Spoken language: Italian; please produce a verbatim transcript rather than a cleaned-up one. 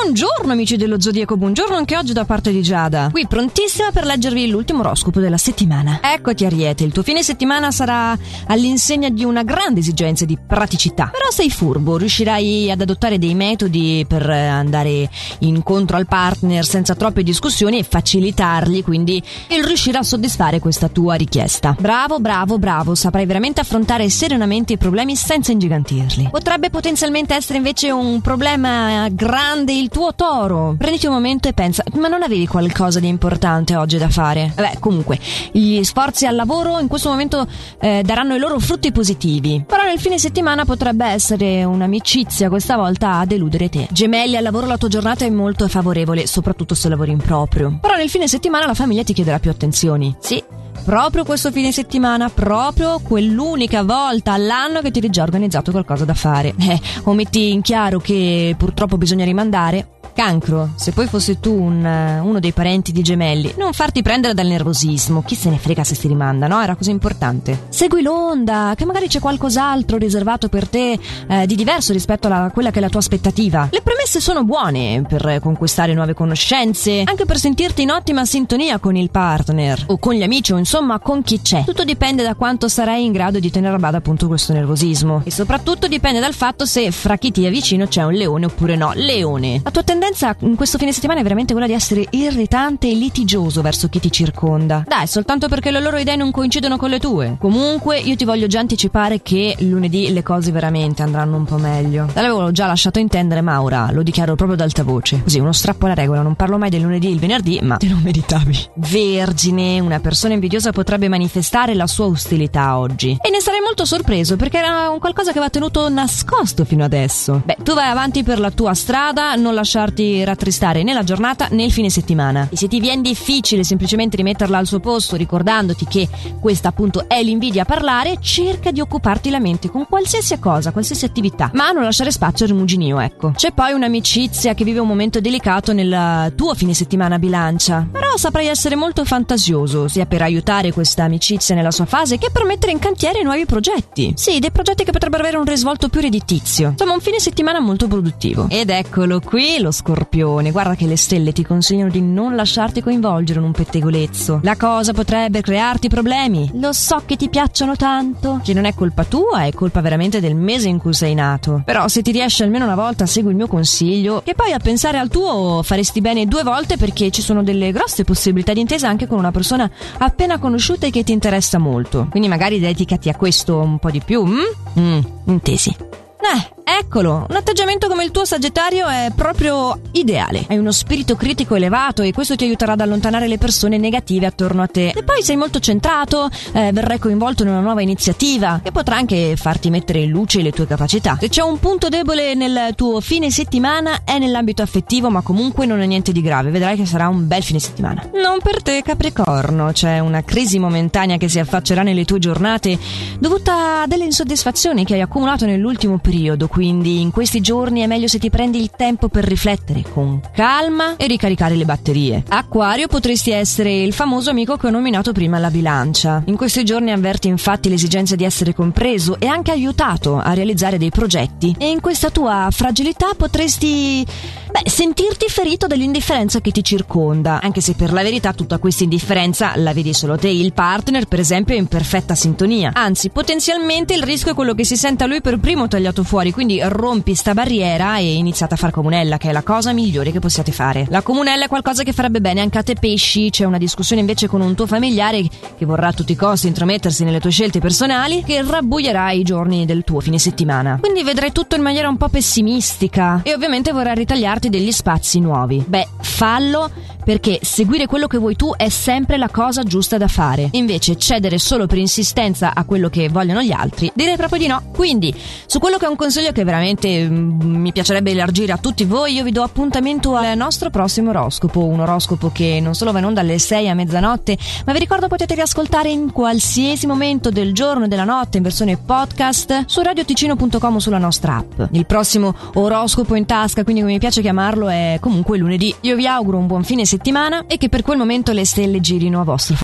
Buongiorno amici dello Zodiaco, buongiorno anche oggi da parte di Giada, qui prontissima per leggervi l'ultimo oroscopo della settimana. Eccoti Ariete, il tuo fine settimana sarà all'insegna di una grande esigenza di praticità. Però sei furbo, riuscirai ad adottare dei metodi per andare incontro al partner senza troppe discussioni e facilitargli quindi il riuscire a soddisfare questa tua richiesta. Bravo, bravo, bravo, saprai veramente affrontare serenamente i problemi senza ingigantirli. Potrebbe potenzialmente essere invece un problema grande il tuo Toro. Prenditi un momento e pensa, ma non avevi qualcosa di importante oggi da fare? Vabbè, comunque, gli sforzi al lavoro in questo momento eh, daranno i loro frutti positivi. Però nel fine settimana potrebbe essere un'amicizia questa volta a deludere te. Gemelli, al lavoro la tua giornata è molto favorevole, soprattutto se lavori in proprio. Però nel fine settimana la famiglia ti chiederà più attenzioni. Sì, proprio questo fine settimana, proprio quell'unica volta all'anno che ti eri già organizzato qualcosa da fare. Eh, o metti in chiaro che purtroppo bisogna rimandare. Cancro, se poi fossi tu un, uno dei parenti di Gemelli, non farti prendere dal nervosismo, chi se ne frega se si rimanda, no? Era così importante. Segui l'onda, che magari c'è qualcos'altro riservato per te eh, di diverso rispetto a quella che è la tua aspettativa. Le premesse sono buone per conquistare nuove conoscenze, anche per sentirti in ottima sintonia con il partner, o con gli amici, o insomma con chi c'è. Tutto dipende da quanto sarai in grado di tenere a bada appunto questo nervosismo. E soprattutto dipende dal fatto se fra chi ti è vicino c'è un leone oppure no. Leone, la tua tendenza in questo fine settimana è veramente quella di essere irritante e litigioso verso chi ti circonda. Dai, soltanto perché le loro idee non coincidono con le tue. Comunque io ti voglio già anticipare che lunedì le cose veramente andranno un po' meglio. Te l'avevo già lasciato intendere, ma ora lo dichiaro proprio ad alta voce. Così, uno strappo alla regola, non parlo mai del lunedì e il venerdì, ma te lo meritavi. Vergine, una persona invidiosa potrebbe manifestare la sua ostilità oggi. E ne sarei molto sorpreso perché era un qualcosa che va tenuto nascosto fino adesso. Beh, tu vai avanti per la tua strada, non lasciarti rattristare né la giornata né il fine settimana. E se ti viene difficile semplicemente rimetterla al suo posto ricordandoti che questa appunto è l'invidia a parlare, cerca di occuparti la mente con qualsiasi cosa, qualsiasi attività, ma non lasciare spazio al rimuginio, ecco. C'è poi un'amicizia che vive un momento delicato nel tuo fine settimana Bilancia, però saprai essere molto fantasioso sia per aiutare questa amicizia nella sua fase che per mettere in cantiere nuovi progetti. Sì, dei progetti che potrebbero avere un risvolto più redditizio. Insomma, un fine settimana molto produttivo. Ed eccolo qui lo Scorpione, guarda che le stelle ti consigliano di non lasciarti coinvolgere in un pettegolezzo. La cosa potrebbe crearti problemi. Lo so che ti piacciono tanto, che non è colpa tua, è colpa veramente del mese in cui sei nato. Però se ti riesce almeno una volta segui il mio consiglio, che poi a pensare al tuo faresti bene due volte perché ci sono delle grosse possibilità di intesa anche con una persona appena conosciuta e che ti interessa molto. Quindi magari dedicati a questo un po' di più. Mm? Mm, intesi. Eh, eccolo, un atteggiamento come il tuo Sagittario è proprio ideale. Hai uno spirito critico elevato e questo ti aiuterà ad allontanare le persone negative attorno a te. E poi sei molto centrato, eh, verrai coinvolto in una nuova iniziativa che potrà anche farti mettere in luce le tue capacità. Se c'è un punto debole nel tuo fine settimana è nell'ambito affettivo, ma comunque non è niente di grave, vedrai che sarà un bel fine settimana. Non per te Capricorno, c'è una crisi momentanea che si affaccerà nelle tue giornate dovuta a delle insoddisfazioni che hai accumulato nell'ultimo periodo, quindi in questi giorni è meglio se ti prendi il tempo per riflettere con calma e ricaricare le batterie. Acquario, potresti essere il famoso amico che ho nominato prima la Bilancia. In questi giorni avverti infatti l'esigenza di essere compreso e anche aiutato a realizzare dei progetti, e in questa tua fragilità potresti beh, sentirti ferito dall'indifferenza che ti circonda, anche se per la verità tutta questa indifferenza la vedi solo te. Il partner per esempio è in perfetta sintonia, anzi potenzialmente il rischio è quello che si senta lui per primo tagliato fuori, quindi rompi sta barriera e iniziate a far comunella, che è la cosa migliore che possiate fare. La comunella è qualcosa che farebbe bene anche a te pesci. C'è una discussione invece con un tuo familiare che vorrà a tutti i costi intromettersi nelle tue scelte personali, che rabbuierà i giorni del tuo fine settimana, quindi vedrai tutto in maniera un po' pessimistica e ovviamente vorrai ritagliarti degli spazi nuovi. Beh, fallo, perché seguire quello che vuoi tu è sempre la cosa giusta da fare. Invece cedere solo per insistenza a quello che vogliono gli altri, direi proprio di no. Quindi su quello che è un consiglio che veramente mm, mi piacerebbe elargire a tutti voi, io vi do appuntamento al nostro prossimo oroscopo, un oroscopo che non solo va in onda alle sei a mezzanotte, ma vi ricordo potete riascoltare in qualsiasi momento del giorno e della notte in versione podcast su radio ticino punto com o sulla nostra app. Il prossimo oroscopo in tasca, quindi come mi piace chiamarlo, è comunque lunedì. Io vi auguro un buon fine settimana e che per quel momento le stelle girino a vostro favore.